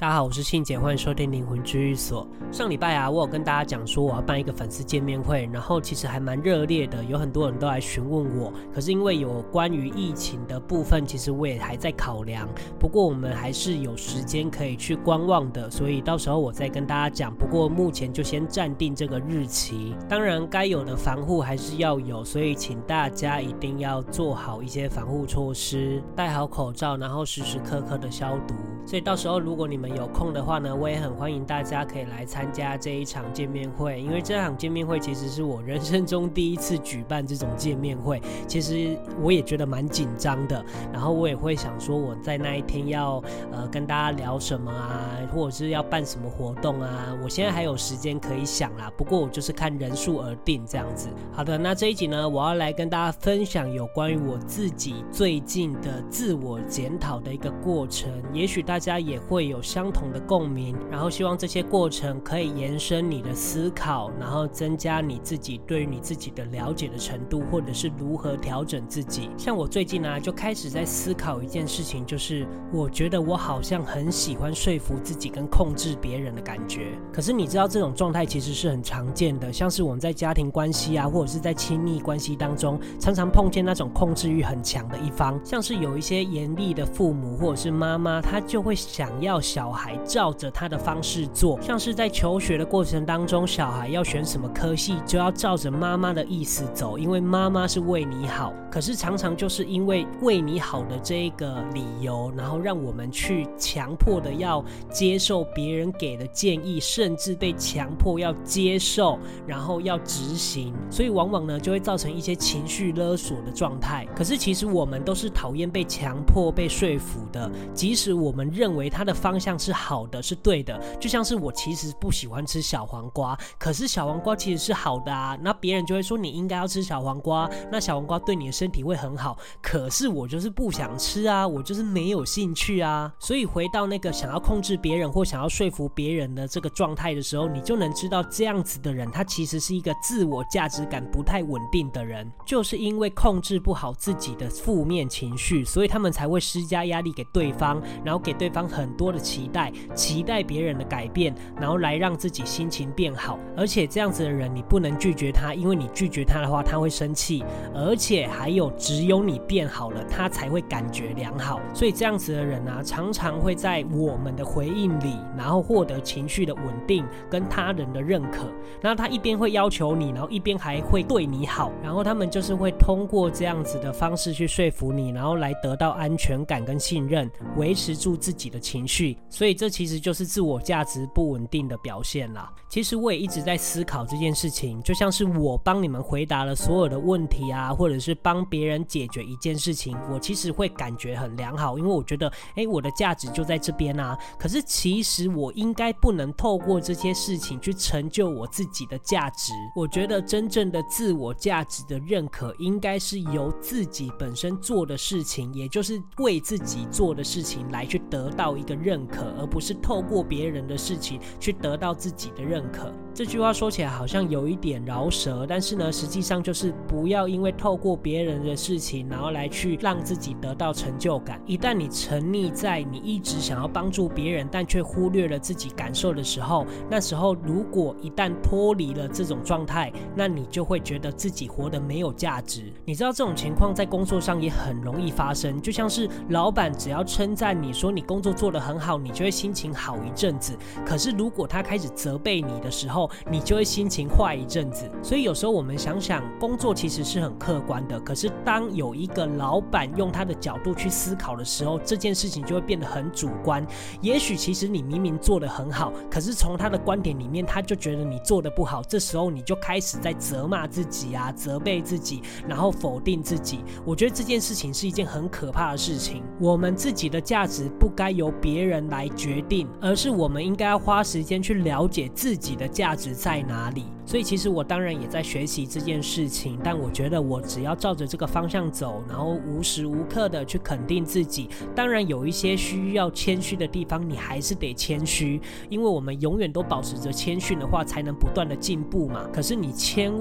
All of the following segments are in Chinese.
大家好，我是信姐，欢迎收听灵魂治愈所。上礼拜我有跟大家讲说我要办一个粉丝见面会，然后其实还蛮热烈的，有很多人都来询问我。可是因为有关于疫情的部分，其实我也还在考量。不过我们还是有时间可以去观望的，所以到时候我再跟大家讲。不过目前就先暂定这个日期。当然该有的防护还是要有，所以请大家一定要做好一些防护措施，戴好口罩，然后时时刻刻的消毒。所以到时候如果你们有空的话呢，我也很欢迎大家可以来参加这一场见面会，因为这场见面会其实是我人生中第一次举办这种见面会，其实我也觉得蛮紧张的，然后我也会想说我在那一天要跟大家聊什么啊，或者是要办什么活动啊，我现在还有时间可以想啦，不过我就是看人数而定这样子。好的，那这一集呢，我要来跟大家分享有关于我自己最近的自我检讨的一个过程，也许大家也会有相同的共鸣，然后希望这些过程可以延伸你的思考，然后增加你自己对于你自己的了解的程度，或者是如何调整自己。像我最近就开始在思考一件事情，就是我觉得我好像很喜欢说服自己跟控制别人的感觉。可是你知道这种状态其实是很常见的，像是我们在家庭关系或者是在亲密关系当中，常常碰见那种控制欲很强的一方，像是有一些严厉的父母或者是妈妈，他就会想要小孩照着他的方式做，像是在求学的过程当中，小孩要选什么科系就要照着妈妈的意思走，因为妈妈是为你好。可是常常就是因为为你好的这一个理由，然后让我们去强迫的要接受别人给的建议，甚至被强迫要接受，然后要执行，所以往往呢就会造成一些情绪勒索的状态。可是其实我们都是讨厌被强迫被说服的，即使我们认为它的方向是好的是对的，就像是我其实不喜欢吃小黄瓜，可是小黄瓜其实是好的那别人就会说你应该要吃小黄瓜，那小黄瓜对你的身体会很好，可是我就是不想吃我就是没有兴趣所以回到那个想要控制别人或想要说服别人的这个状态的时候，你就能知道这样子的人他其实是一个自我价值感不太稳定的人，就是因为控制不好自己的负面情绪，所以他们才会施加压力给对方，然后给对方很多的期待别人的改变，然后来让自己心情变好。而且这样子的人你不能拒绝他，因为你拒绝他的话他会生气，而且还有只有你变好了他才会感觉良好。所以这样子的人常常会在我们的回应里，然后获得情绪的稳定跟他人的认可，然后他一边会要求你，然后一边还会对你好，然后他们就是会通过这样子的方式去说服你，然后来得到安全感跟信任，维持住自己的情绪。所以这其实就是自我价值不稳定的表现啦。其实我也一直在思考这件事情，就像是我帮你们回答了所有的问题或者是帮别人解决一件事情，我其实会感觉很良好，因为我觉得我的价值就在这边可是其实我应该不能透过这些事情去成就我自己的价值。我觉得真正的自我价值的认可应该是由自己本身做的事情，也就是为自己做的事情来去得到一个认可，而不是透过别人的事情去得到自己的认可。这句话说起来好像有一点饶舌，但是呢实际上就是不要因为透过别人的事情然后来去让自己得到成就感。一旦你沉溺在你一直想要帮助别人但却忽略了自己感受的时候，那时候如果一旦脱离了这种状态，那你就会觉得自己活得没有价值。你知道这种情况在工作上也很容易发生，就像是老板只要称赞你说你工作做得很好，你就会心情好一阵子，可是如果他开始责备你的时候，你就会心情坏一阵子。所以有时候我们想想，工作其实是很客观的，可是当有一个老板用他的角度去思考的时候，这件事情就会变得很主观。也许其实你明明做得很好，可是从他的观点里面他就觉得你做得不好，这时候你就开始在责骂自己责备自己，然后否定自己。我觉得这件事情是一件很可怕的事情。我们自己的价值不该由别人来决定，而是我们应该要花时间去了解自己的价值在哪里。所以其实我当然也在学习这件事情，但我觉得我只要照着这个方向走，然后无时无刻的去肯定自己。当然有一些需要谦虚的地方，你还是得谦虚，因为我们永远都保持着谦逊的话，才能不断的进步嘛。可是你千万不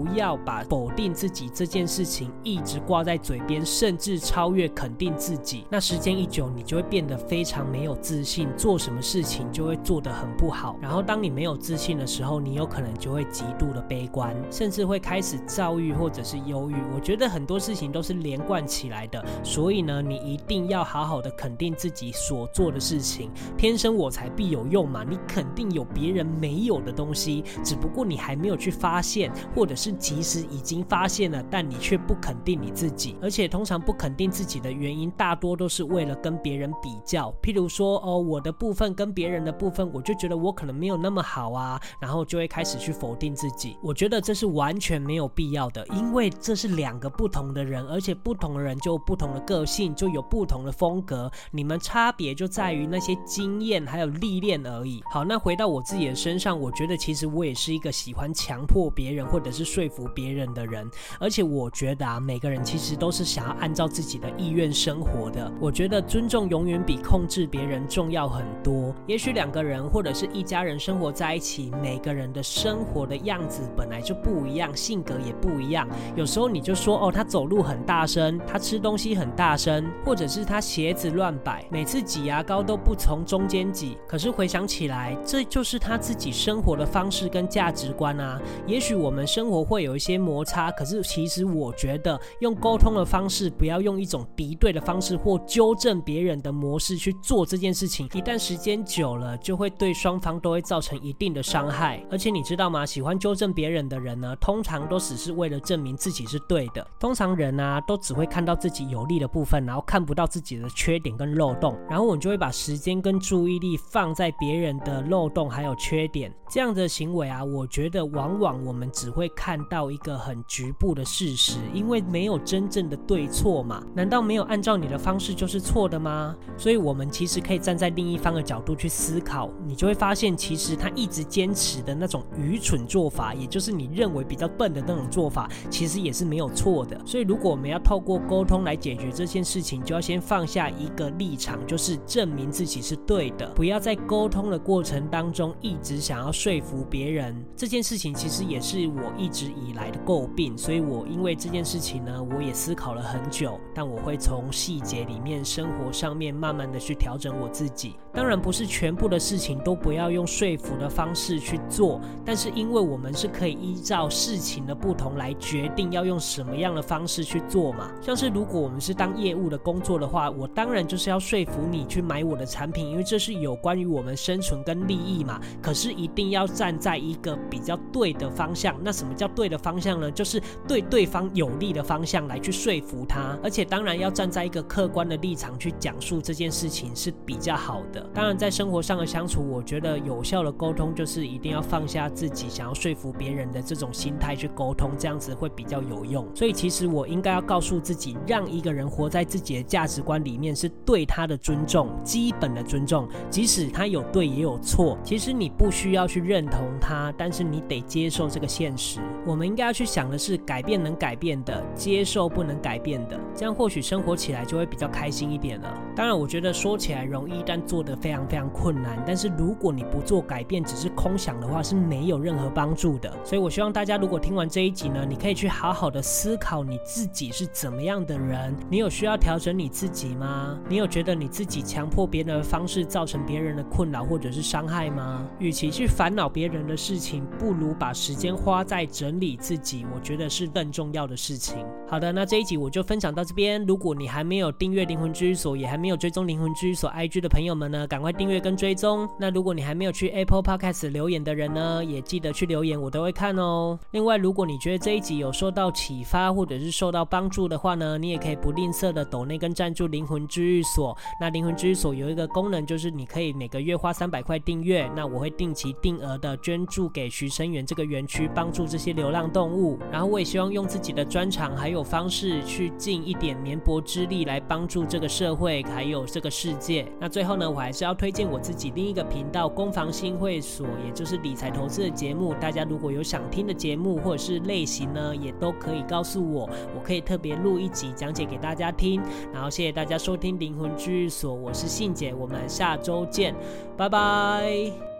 不要把否定自己这件事情一直挂在嘴边，甚至超越肯定自己。那时间一久，你就会变得非常没有自信，做什么事情就会做得很不好。然后当你没有自信的时候，你有可能就会极度的悲观，甚至会开始躁郁或者是忧郁。我觉得很多事情都是连贯起来的，所以呢，你一定要好好的肯定自己所做的事情。天生我材必有用嘛，你肯定有别人没有的东西，只不过你还没有去发现，或者是即使已经发现了，但你却不肯定你自己。而且通常不肯定自己的原因，大多都是为了跟别人比较。譬如说我的部分跟别人的部分，我就觉得我可能没有那么好啊，然后就会开始去否定自己。我觉得这是完全没有必要的，因为这是两个不同的人，而且不同的人就有不同的个性，就有不同的风格，你们差别就在于那些经验还有历练而已。好，那回到我自己的身上，我觉得其实我也是一个喜欢强迫别人或者是说服别人的人，而且我觉得每个人其实都是想要按照自己的意愿生活的。我觉得尊重永远比控制别人重要很多。也许两个人或者是一家人生活在一起，每个人的生活的样子本来就不一样，性格也不一样。有时候你就说他走路很大声，他吃东西很大声，或者是他鞋子乱摆，每次挤牙膏都不从中间挤。可是回想起来，这就是他自己生活的方式跟价值观啊。也许我们生活会有一些摩擦，可是其实我觉得用沟通的方式，不要用一种敌对的方式或纠正别人的模式去做这件事情，一旦时间久了，就会对双方都会造成一定的伤害。而且你知道吗？喜欢纠正别人的人呢，通常都只是为了证明自己是对的。通常人啊，都只会看到自己有利的部分，然后看不到自己的缺点跟漏洞，然后我们就会把时间跟注意力放在别人的漏洞还有缺点。这样的行为啊，我觉得往往我们只会看到一个很局部的事实，因为没有真正的对错嘛。难道没有按照你的方式就是错的吗？所以我们其实可以站在另一方的角度去思考，你就会发现其实他一直坚持的那种愚蠢做法，也就是你认为比较笨的那种做法，其实也是没有错的。所以如果我们要透过沟通来解决这件事情，就要先放下一个立场，就是证明自己是对的，不要在沟通的过程当中一直想要说服别人。这件事情其实也是我一直以来的诟病，所以我因为这件事情呢，我也思考了很久，但我会从细节里面、生活上面慢慢的去调整我自己。当然不是全部的事情都不要用说服的方式去做，但是因为我们是可以依照事情的不同来决定要用什么样的方式去做嘛。像是如果我们是当业务的工作的话，我当然就是要说服你去买我的产品，因为这是有关于我们生存跟利益嘛。可是一定要站在一个比较对的方向。那什么叫对的方向呢？就是对对方有利的方向来去说服他，而且当然要站在一个客观的立场去讲述这件事情是比较好的。当然在生活上的相处，我觉得有效的沟通就是一定要放下自己想要说服别人的这种心态去沟通，这样子会比较有用。所以其实我应该要告诉自己，让一个人活在自己的价值观里面，是对他的尊重，基本的尊重，即使他有对也有错，其实你不需要去认同他，但是你得接受这个现实。我们应该要去想的是，改变能改变的，接受不能改变的，这样或许生活起来就会比较开心一点了。当然我觉得说起来容易，但做得非常非常困难。但是如果你不做改变，只是空想的话，是没有任何帮助的。所以我希望大家如果听完这一集呢，你可以去好好的思考你自己是怎么样的人，你有需要调整你自己吗？你有觉得你自己强迫别人的方式造成别人的困扰或者是伤害吗？与其去烦恼别人的事情，不如把时间花在整理自己，我觉得是更重要的事情。好的，那这一集我就分享到这边。如果你还没有订阅灵魂居所，也还没有追踪灵魂居所 IG 的朋友们呢，赶快订阅跟追踪。那如果你还没有去 Apple Podcast 留言的人呢，也记得去留言，我都会看哦。另外如果你觉得这一集有受到启发或者是受到帮助的话呢，你也可以不吝啬的抖内跟赞助灵魂居所。那灵魂居所有一个功能，就是你可以每个月花300块订阅，那我会定期定额的捐助给徐生园这个园区，帮助这些流浪动物。然后我也希望用自己的专长还有方式去尽一点绵薄之力来帮助这个社会还有这个世界。那最后呢，我还是要推荐我自己另一个频道攻防新会所，也就是理财投资的节目。大家如果有想听的节目或者是类型呢，也都可以告诉我，我可以特别录一集讲解给大家听。然后谢谢大家收听灵魂居所，我是信姐，我们下周见，拜拜。